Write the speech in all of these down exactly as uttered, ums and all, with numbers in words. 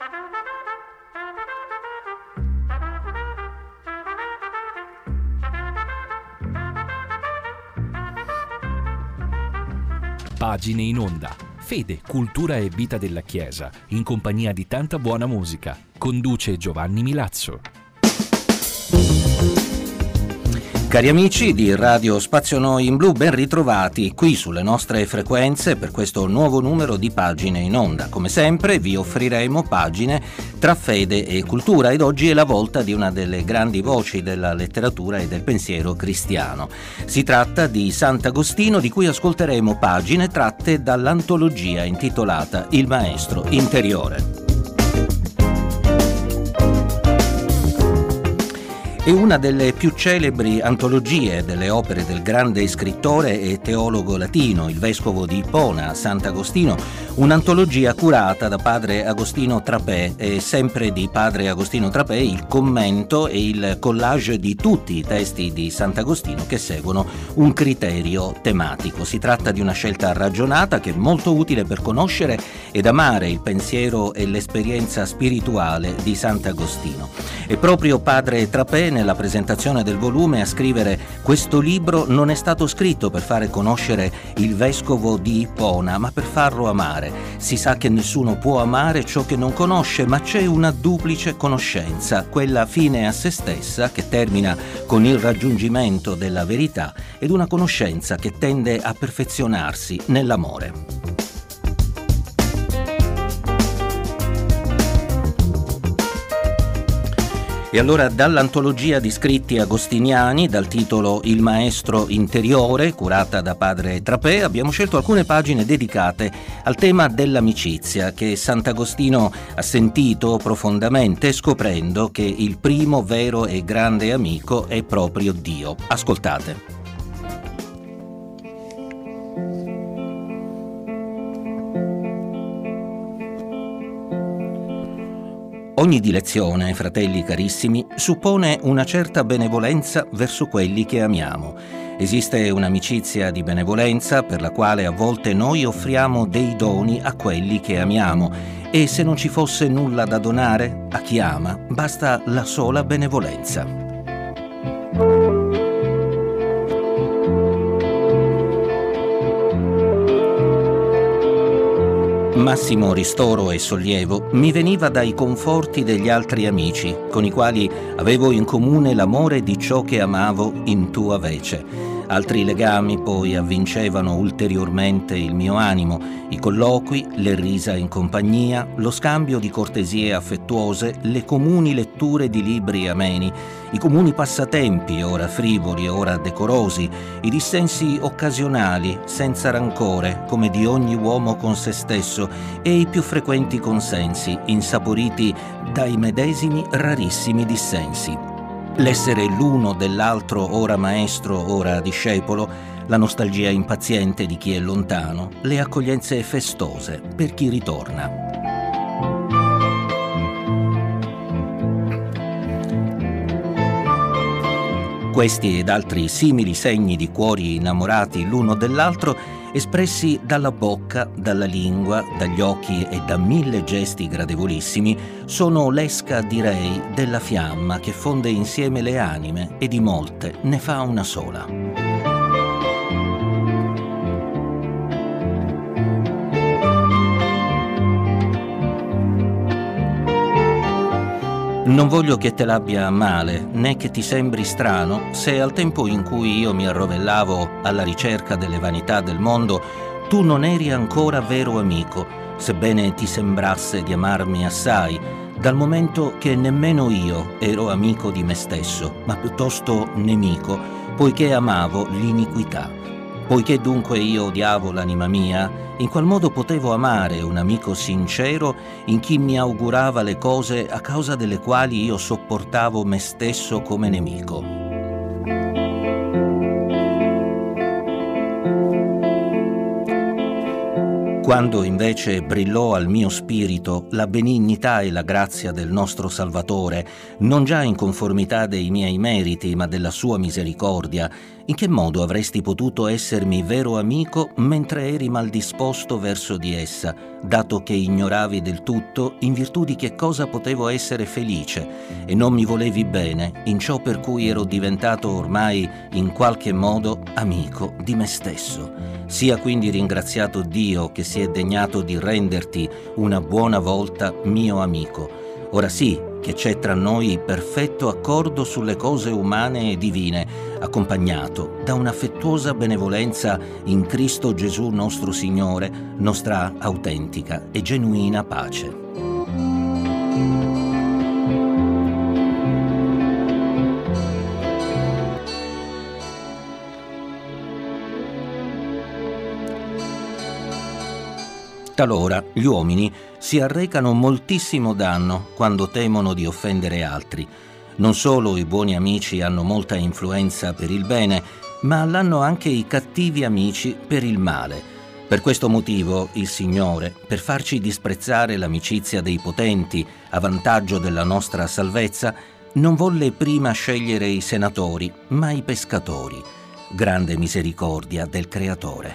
Pagine in onda. Fede, cultura e vita della Chiesa, in compagnia di tanta buona musica. Conduce Giovanni Milazzo. Cari amici di Radio Spazio Noi in Blu, ben ritrovati qui sulle nostre frequenze per questo nuovo numero di Pagine in onda. Come sempre vi offriremo pagine tra fede e cultura ed oggi è la volta di una delle grandi voci della letteratura e del pensiero cristiano. Si tratta di Sant'Agostino, di cui ascolteremo pagine tratte dall'antologia intitolata Il Maestro Interiore. È una delle più celebri antologie delle opere del grande scrittore e teologo latino, il vescovo di Ippona, Sant'Agostino, un'antologia curata da padre Agostino Trapè e sempre di padre Agostino Trapè il commento e il collage di tutti i testi di Sant'Agostino che seguono un criterio tematico. Si tratta di una scelta ragionata che è molto utile per conoscere ed amare il pensiero e l'esperienza spirituale di Sant'Agostino. E proprio padre Trapè nella presentazione del volume a scrivere: questo libro non è stato scritto per fare conoscere il vescovo di Ippona, ma per farlo amare. Si sa che nessuno può amare ciò che non conosce, ma c'è una duplice conoscenza, quella fine a se stessa che termina con il raggiungimento della verità ed una conoscenza che tende a perfezionarsi nell'amore. E allora dall'antologia di scritti agostiniani, dal titolo Il Maestro Interiore, curata da padre Trapè, abbiamo scelto alcune pagine dedicate al tema dell'amicizia che Sant'Agostino ha sentito profondamente scoprendo che il primo vero e grande amico è proprio Dio. Ascoltate. Ogni dilezione, fratelli carissimi, suppone una certa benevolenza verso quelli che amiamo. Esiste un'amicizia di benevolenza per la quale a volte noi offriamo dei doni a quelli che amiamo e se non ci fosse nulla da donare a chi ama, basta la sola benevolenza. Massimo ristoro e sollievo mi veniva dai conforti degli altri amici, con i quali avevo in comune l'amore di ciò che amavo in tua vece. Altri legami poi avvincevano ulteriormente il mio animo, i colloqui, le risa in compagnia, lo scambio di cortesie affettuose, le comuni letture di libri ameni, i comuni passatempi, ora frivoli, ora decorosi, i dissensi occasionali, senza rancore, come di ogni uomo con se stesso, e i più frequenti consensi, insaporiti dai medesimi rarissimi dissensi. L'essere l'uno dell'altro ora maestro, ora discepolo, la nostalgia impaziente di chi è lontano, le accoglienze festose per chi ritorna. Questi ed altri simili segni di cuori innamorati l'uno dell'altro, espressi dalla bocca, dalla lingua, dagli occhi e da mille gesti gradevolissimi, sono l'esca, direi, della fiamma che fonde insieme le anime e di molte ne fa una sola. Non voglio che te l'abbia a male, né che ti sembri strano, se al tempo in cui io mi arrovellavo alla ricerca delle vanità del mondo, tu non eri ancora vero amico, sebbene ti sembrasse di amarmi assai, dal momento che nemmeno io ero amico di me stesso, ma piuttosto nemico, poiché amavo l'iniquità. Poiché dunque io odiavo l'anima mia, in qual modo potevo amare un amico sincero in chi mi augurava le cose a causa delle quali io sopportavo me stesso come nemico? Quando invece brillò al mio spirito la benignità e la grazia del nostro Salvatore, non già in conformità dei miei meriti, ma della sua misericordia, In che modo avresti potuto essermi vero amico mentre eri maldisposto verso di essa, dato che ignoravi del tutto in virtù di che cosa potevo essere felice e non mi volevi bene in ciò per cui ero diventato ormai in qualche modo amico di me stesso? Sia quindi ringraziato Dio che si è degnato di renderti una buona volta mio amico. Ora sì che c'è tra noi perfetto accordo sulle cose umane e divine, accompagnato da un'affettuosa benevolenza in Cristo Gesù nostro Signore, nostra autentica e genuina pace. Talora gli uomini si arrecano moltissimo danno quando temono di offendere altri. Non solo i buoni amici hanno molta influenza per il bene, ma l'hanno anche i cattivi amici per il male. Per questo motivo il Signore, per farci disprezzare l'amicizia dei potenti a vantaggio della nostra salvezza, non volle prima scegliere i senatori, ma i pescatori. Grande misericordia del Creatore.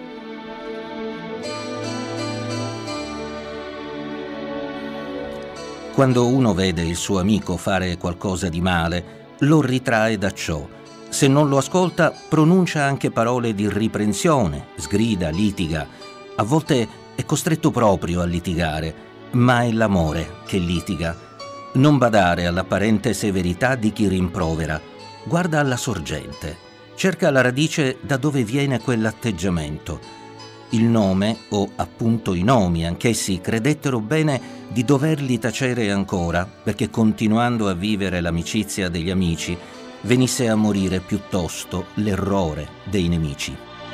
Quando uno vede il suo amico fare qualcosa di male, lo ritrae da ciò. Se non lo ascolta, pronuncia anche parole di riprensione, sgrida, litiga. A volte è costretto proprio a litigare, ma è l'amore che litiga. Non badare all'apparente severità di chi rimprovera. Guarda alla sorgente. Cerca la radice da dove viene quell'atteggiamento. Il nome, o appunto i nomi, anch'essi credettero bene di doverli tacere ancora, perché continuando a vivere l'amicizia degli amici, venisse a morire piuttosto l'errore dei nemici.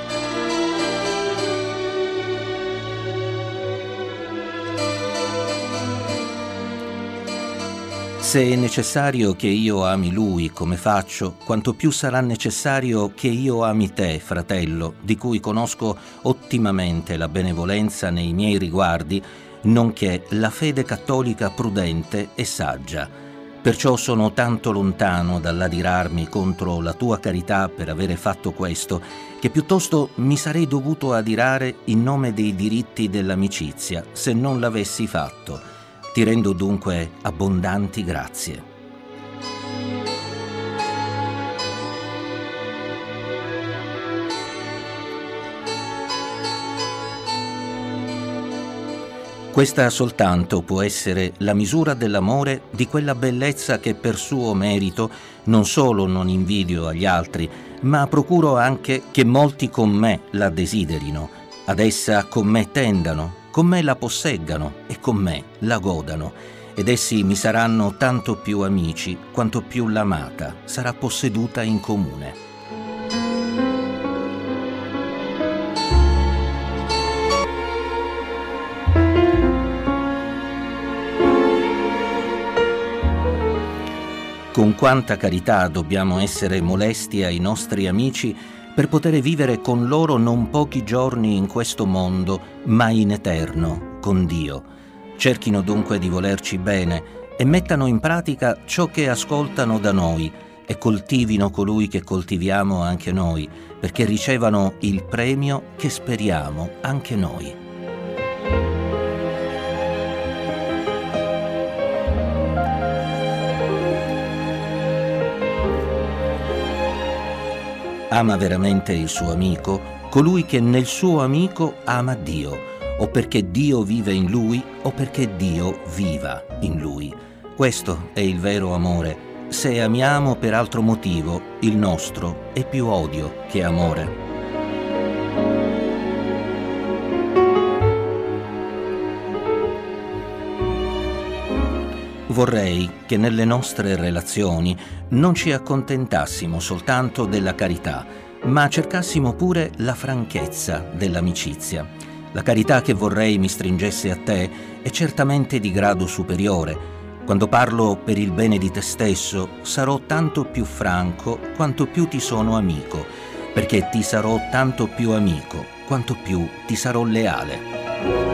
Se è necessario che io ami lui come faccio, quanto più sarà necessario che io ami te, fratello, di cui conosco ottimamente la benevolenza nei miei riguardi, nonché la fede cattolica prudente e saggia. Perciò sono tanto lontano dall'adirarmi contro la tua carità per avere fatto questo, che piuttosto mi sarei dovuto adirare in nome dei diritti dell'amicizia, se non l'avessi fatto. Ti rendo dunque abbondanti grazie. Questa soltanto può essere la misura dell'amore, di quella bellezza che per suo merito non solo non invidio agli altri, ma procuro anche che molti con me la desiderino, ad essa con me tendano, con me la posseggano e con me la godano, ed essi mi saranno tanto più amici quanto più l'amata sarà posseduta in comune. Con quanta carità dobbiamo essere molesti ai nostri amici per poter vivere con loro non pochi giorni in questo mondo, ma in eterno, con Dio. Cerchino dunque di volerci bene e mettano in pratica ciò che ascoltano da noi e coltivino colui che coltiviamo anche noi, perché ricevano il premio che speriamo anche noi. Ama veramente il suo amico colui che nel suo amico ama Dio, o perché Dio vive in lui o perché Dio viva in lui. Questo è il vero amore. Se amiamo per altro motivo, il nostro è più odio che amore. Vorrei che nelle nostre relazioni non ci accontentassimo soltanto della carità, ma cercassimo pure la franchezza dell'amicizia. La carità che vorrei mi stringesse a te è certamente di grado superiore. Quando parlo per il bene di te stesso, sarò tanto più franco quanto più ti sono amico, perché ti sarò tanto più amico quanto più ti sarò leale.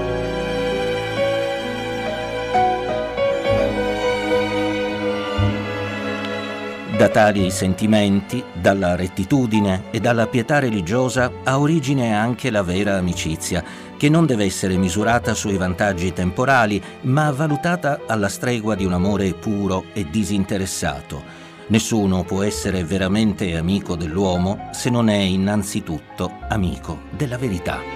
Da tali sentimenti, dalla rettitudine e dalla pietà religiosa ha origine anche la vera amicizia, che non deve essere misurata sui vantaggi temporali, ma valutata alla stregua di un amore puro e disinteressato. Nessuno può essere veramente amico dell'uomo se non è innanzitutto amico della verità.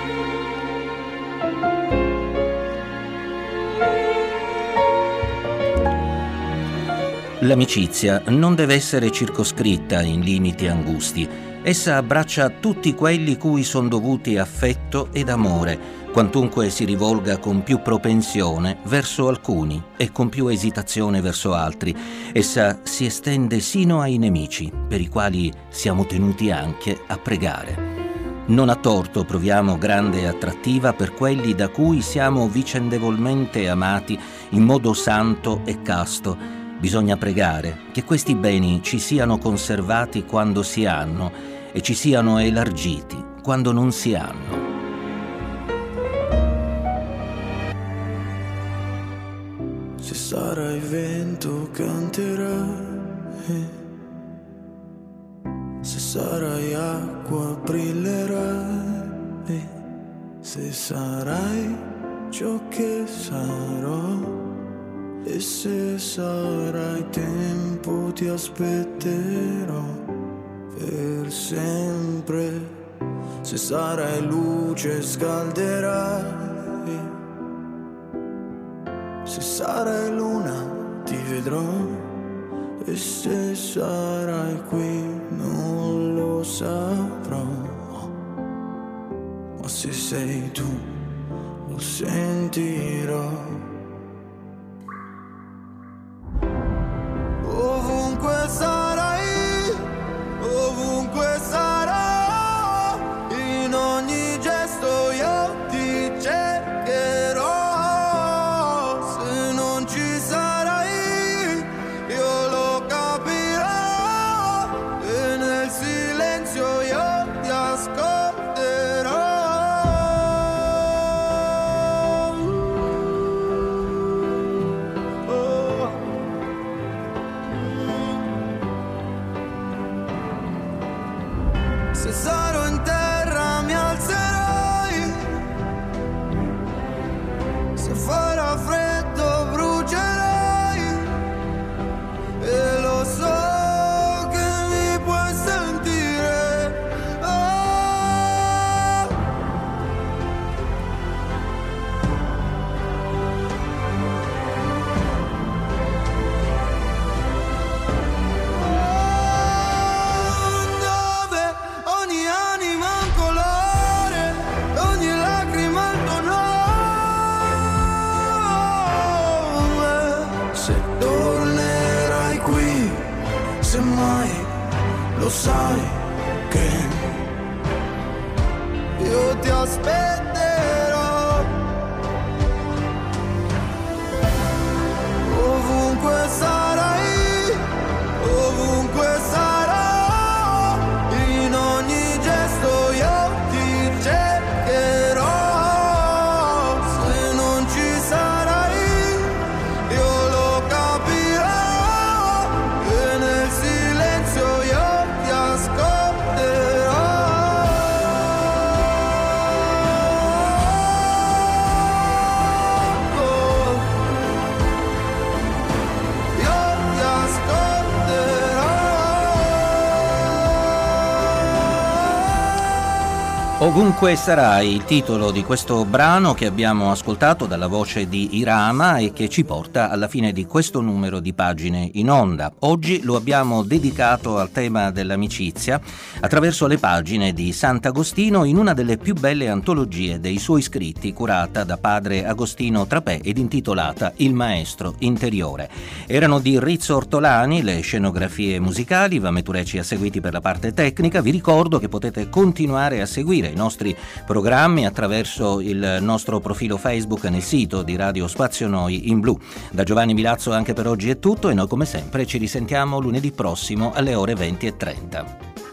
L'amicizia non deve essere circoscritta in limiti angusti. Essa abbraccia tutti quelli cui sono dovuti affetto ed amore, quantunque si rivolga con più propensione verso alcuni e con più esitazione verso altri. Essa si estende sino ai nemici, per i quali siamo tenuti anche a pregare. Non a torto proviamo grande attrattiva per quelli da cui siamo vicendevolmente amati in modo santo e casto. Bisogna pregare che questi beni ci siano conservati quando si hanno e ci siano elargiti quando non si hanno. Se sarai vento canterai, se sarai acqua brillerai, se sarai ciò che sarò. E se sarai tempo ti aspetterò per sempre. Se sarai luce scalderai, se sarai luna ti vedrò. E se sarai qui non lo saprò, ma se sei tu lo sentirò. Ovunque sarai, ovunque sarò, in ogni gesto io ti cercherò. Se non ci sarai, io lo capirò, e nel silenzio io ti ascolterò. Se sarò in terra mi alzerai, se farà freddo brucerai, e lo so che mi puoi sentire. Oh. Dove ogni anima ha un colore, ogni lacrima ha il tuo nome. Se tornerai qui, se mai lo sai che io ti aspetterò. Ovunque sarai, ovunque sarò, in ogni gesto io ti cercherò. Se non ci sarai, io lo capirò, e nel silenzio io ti ascolterò. Io ti ascolterò. Ovunque sarai, il titolo di questo brano che abbiamo ascoltato dalla voce di Irama e che ci porta alla fine di questo numero di Pagine in Onda. Oggi lo abbiamo dedicato al tema dell'amicizia attraverso le pagine di Sant'Agostino in una delle più belle antologie dei suoi scritti curata da padre Agostino Trapè ed intitolata Il Maestro Interiore. Erano di Rizzo Ortolani le scenografie musicali, Vameture ci ha seguiti per la parte tecnica. Vi ricordo che potete continuare a seguire i nostri programmi attraverso il nostro profilo Facebook nel sito di Radio Spazio Noi in blu. Da Giovanni Milazzo anche per oggi è tutto e noi come sempre ci risentiamo lunedì prossimo alle ore venti e trenta.